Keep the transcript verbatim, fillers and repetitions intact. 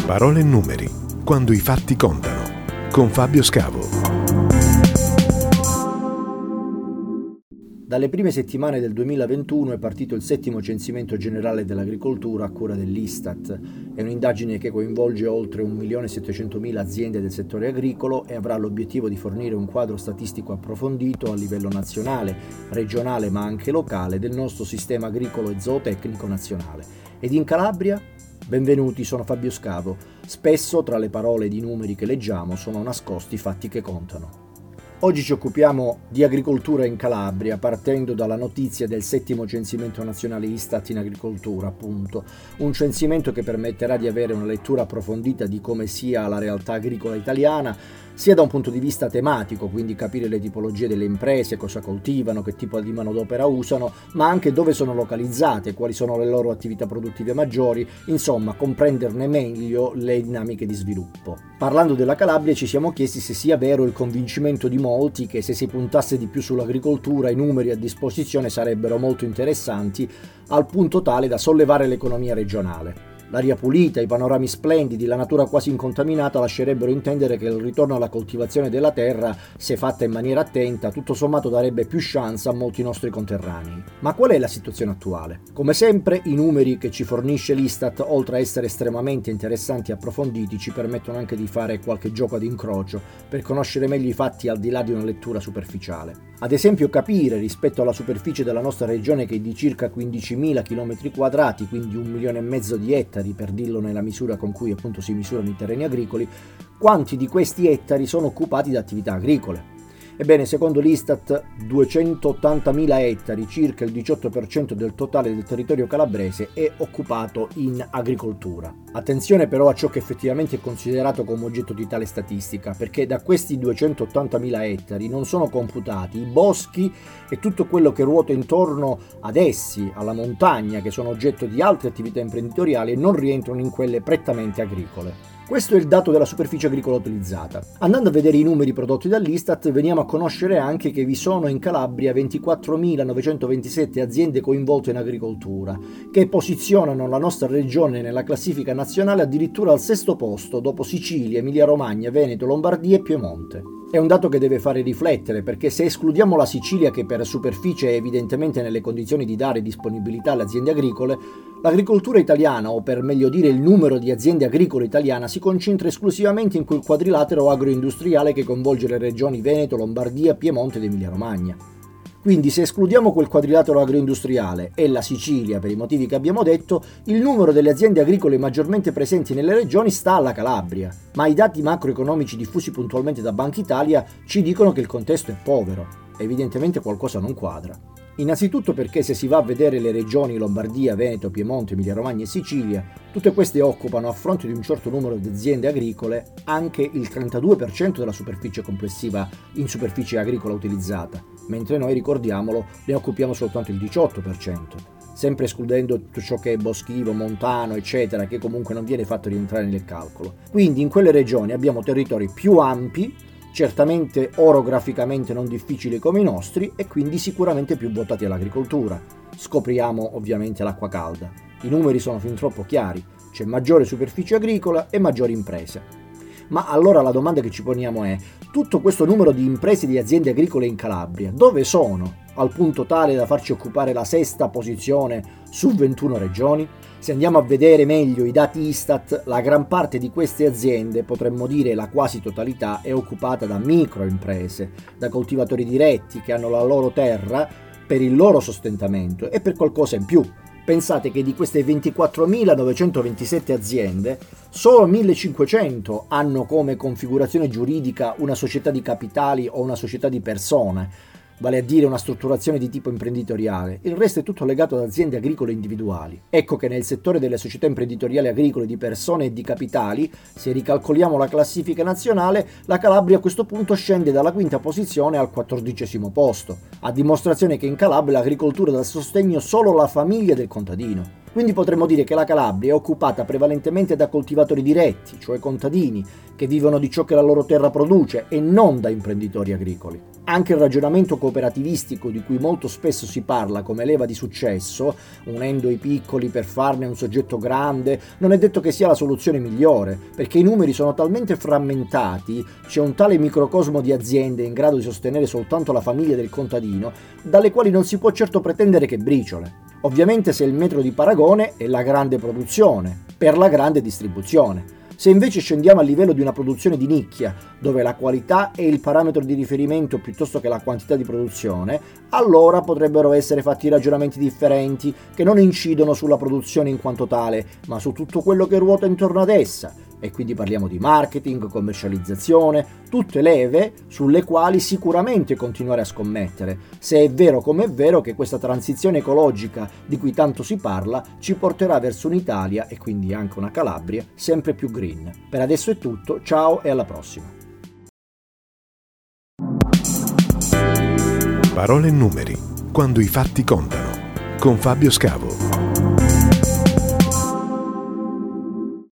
Parole e numeri, quando i fatti contano, con Fabio Scavo. Dalle prime settimane del duemilaventuno è partito il settimo censimento generale dell'agricoltura a cura dell'Istat. È un'indagine che coinvolge oltre un milione e settecentomila aziende del settore agricolo e avrà l'obiettivo di fornire un quadro statistico approfondito a livello nazionale, regionale ma anche locale del nostro sistema agricolo e zootecnico nazionale. Ed in Calabria? Benvenuti, sono Fabio Scavo. Spesso tra le parole ed i numeri che leggiamo sono nascosti i fatti che contano. Oggi ci occupiamo di agricoltura in Calabria, partendo dalla notizia del settimo censimento nazionale Istat in agricoltura, appunto. Un censimento che permetterà di avere una lettura approfondita di come sia la realtà agricola italiana, sia da un punto di vista tematico, quindi capire le tipologie delle imprese, cosa coltivano, che tipo di manodopera usano, ma anche dove sono localizzate, quali sono le loro attività produttive maggiori, insomma comprenderne meglio le dinamiche di sviluppo. Parlando della Calabria ci siamo chiesti se sia vero il convincimento di molti che se si puntasse di più sull'agricoltura i numeri a disposizione sarebbero molto interessanti, al punto tale da sollevare l'economia regionale. L'aria pulita, i panorami splendidi, la natura quasi incontaminata lascerebbero intendere che il ritorno alla coltivazione della terra, se fatta in maniera attenta, tutto sommato darebbe più chance a molti nostri conterranei. Ma qual è la situazione attuale? Come sempre, i numeri che ci fornisce l'Istat, oltre a essere estremamente interessanti e approfonditi, ci permettono anche di fare qualche gioco ad incrocio per conoscere meglio i fatti al di là di una lettura superficiale. Ad esempio capire, rispetto alla superficie della nostra regione che è di circa quindicimila chilometri quadrati, quindi un milione e mezzo di ettari, per dirlo nella misura con cui appunto si misurano i terreni agricoli, quanti di questi ettari sono occupati da attività agricole. Ebbene, secondo l'Istat, duecentottantamila ettari, circa il diciotto per cento del totale del territorio calabrese, è occupato in agricoltura. Attenzione però a ciò che effettivamente è considerato come oggetto di tale statistica, perché da questi duecentottantamila ettari non sono computati i boschi e tutto quello che ruota intorno ad essi, alla montagna, che sono oggetto di altre attività imprenditoriali e non rientrano in quelle prettamente agricole. Questo è il dato della superficie agricola utilizzata. Andando a vedere i numeri prodotti dall'Istat, veniamo a conoscere anche che vi sono in Calabria ventiquattromilanovecentoventisette aziende coinvolte in agricoltura, che posizionano la nostra regione nella classifica nazionale addirittura al sesto posto, dopo Sicilia, Emilia-Romagna, Veneto, Lombardia e Piemonte. È un dato che deve fare riflettere, perché se escludiamo la Sicilia, che per superficie è evidentemente nelle condizioni di dare disponibilità alle aziende agricole, l'agricoltura italiana, o per meglio dire il numero di aziende agricole italiane, si concentra esclusivamente in quel quadrilatero agroindustriale che coinvolge le regioni Veneto, Lombardia, Piemonte ed Emilia-Romagna. Quindi se escludiamo quel quadrilatero agroindustriale e la Sicilia per i motivi che abbiamo detto, il numero delle aziende agricole maggiormente presenti nelle regioni sta alla Calabria, ma i dati macroeconomici diffusi puntualmente da Banca Italia ci dicono che il contesto è povero. Evidentemente qualcosa non quadra. Innanzitutto perché se si va a vedere le regioni Lombardia, Veneto, Piemonte, Emilia-Romagna e Sicilia, tutte queste occupano, a fronte di un certo numero di aziende agricole, anche il trentadue per cento della superficie complessiva in superficie agricola utilizzata, mentre noi, ricordiamolo, ne occupiamo soltanto il diciotto per cento, sempre escludendo tutto ciò che è boschivo, montano, eccetera, che comunque non viene fatto rientrare nel calcolo. Quindi in quelle regioni abbiamo territori più ampi, certamente orograficamente non difficili come i nostri e quindi sicuramente più votati all'agricoltura. Scopriamo ovviamente l'acqua calda. I numeri sono fin troppo chiari, c'è maggiore superficie agricola e maggiori imprese. Ma allora la domanda che ci poniamo è: tutto questo numero di imprese e di aziende agricole in Calabria, dove sono? Al punto tale da farci occupare la sesta posizione su ventuno regioni? Se andiamo a vedere meglio i dati Istat, la gran parte di queste aziende, potremmo dire la quasi totalità, è occupata da microimprese, da coltivatori diretti che hanno la loro terra per il loro sostentamento e per qualcosa in più. Pensate che di queste ventiquattromilanovecentoventisette aziende, solo millecinquecento hanno come configurazione giuridica una società di capitali o una società di persone, vale a dire una strutturazione di tipo imprenditoriale. Il resto è tutto legato ad aziende agricole individuali. Ecco che nel settore delle società imprenditoriali agricole di persone e di capitali, se ricalcoliamo la classifica nazionale, la Calabria a questo punto scende dalla quinta posizione al quattordicesimo posto, a dimostrazione che in Calabria l'agricoltura dà sostegno solo alla famiglia del contadino. Quindi potremmo dire che la Calabria è occupata prevalentemente da coltivatori diretti, cioè contadini, che vivono di ciò che la loro terra produce e non da imprenditori agricoli. Anche il ragionamento cooperativistico di cui molto spesso si parla come leva di successo, unendo i piccoli per farne un soggetto grande, non è detto che sia la soluzione migliore, perché i numeri sono talmente frammentati, c'è un tale microcosmo di aziende in grado di sostenere soltanto la famiglia del contadino, dalle quali non si può certo pretendere che briciole. Ovviamente se il metro di paragone è la grande produzione, per la grande distribuzione. Se invece scendiamo a livello di una produzione di nicchia, dove la qualità è il parametro di riferimento piuttosto che la quantità di produzione, allora potrebbero essere fatti ragionamenti differenti che non incidono sulla produzione in quanto tale, ma su tutto quello che ruota intorno ad essa. E quindi parliamo di marketing, commercializzazione, tutte leve sulle quali sicuramente continuare a scommettere, se è vero come è vero che questa transizione ecologica di cui tanto si parla ci porterà verso un'Italia, e quindi anche una Calabria, sempre più green. Per adesso è tutto, ciao e alla prossima. Parole e numeri, quando i fatti contano, con Fabio Scavo.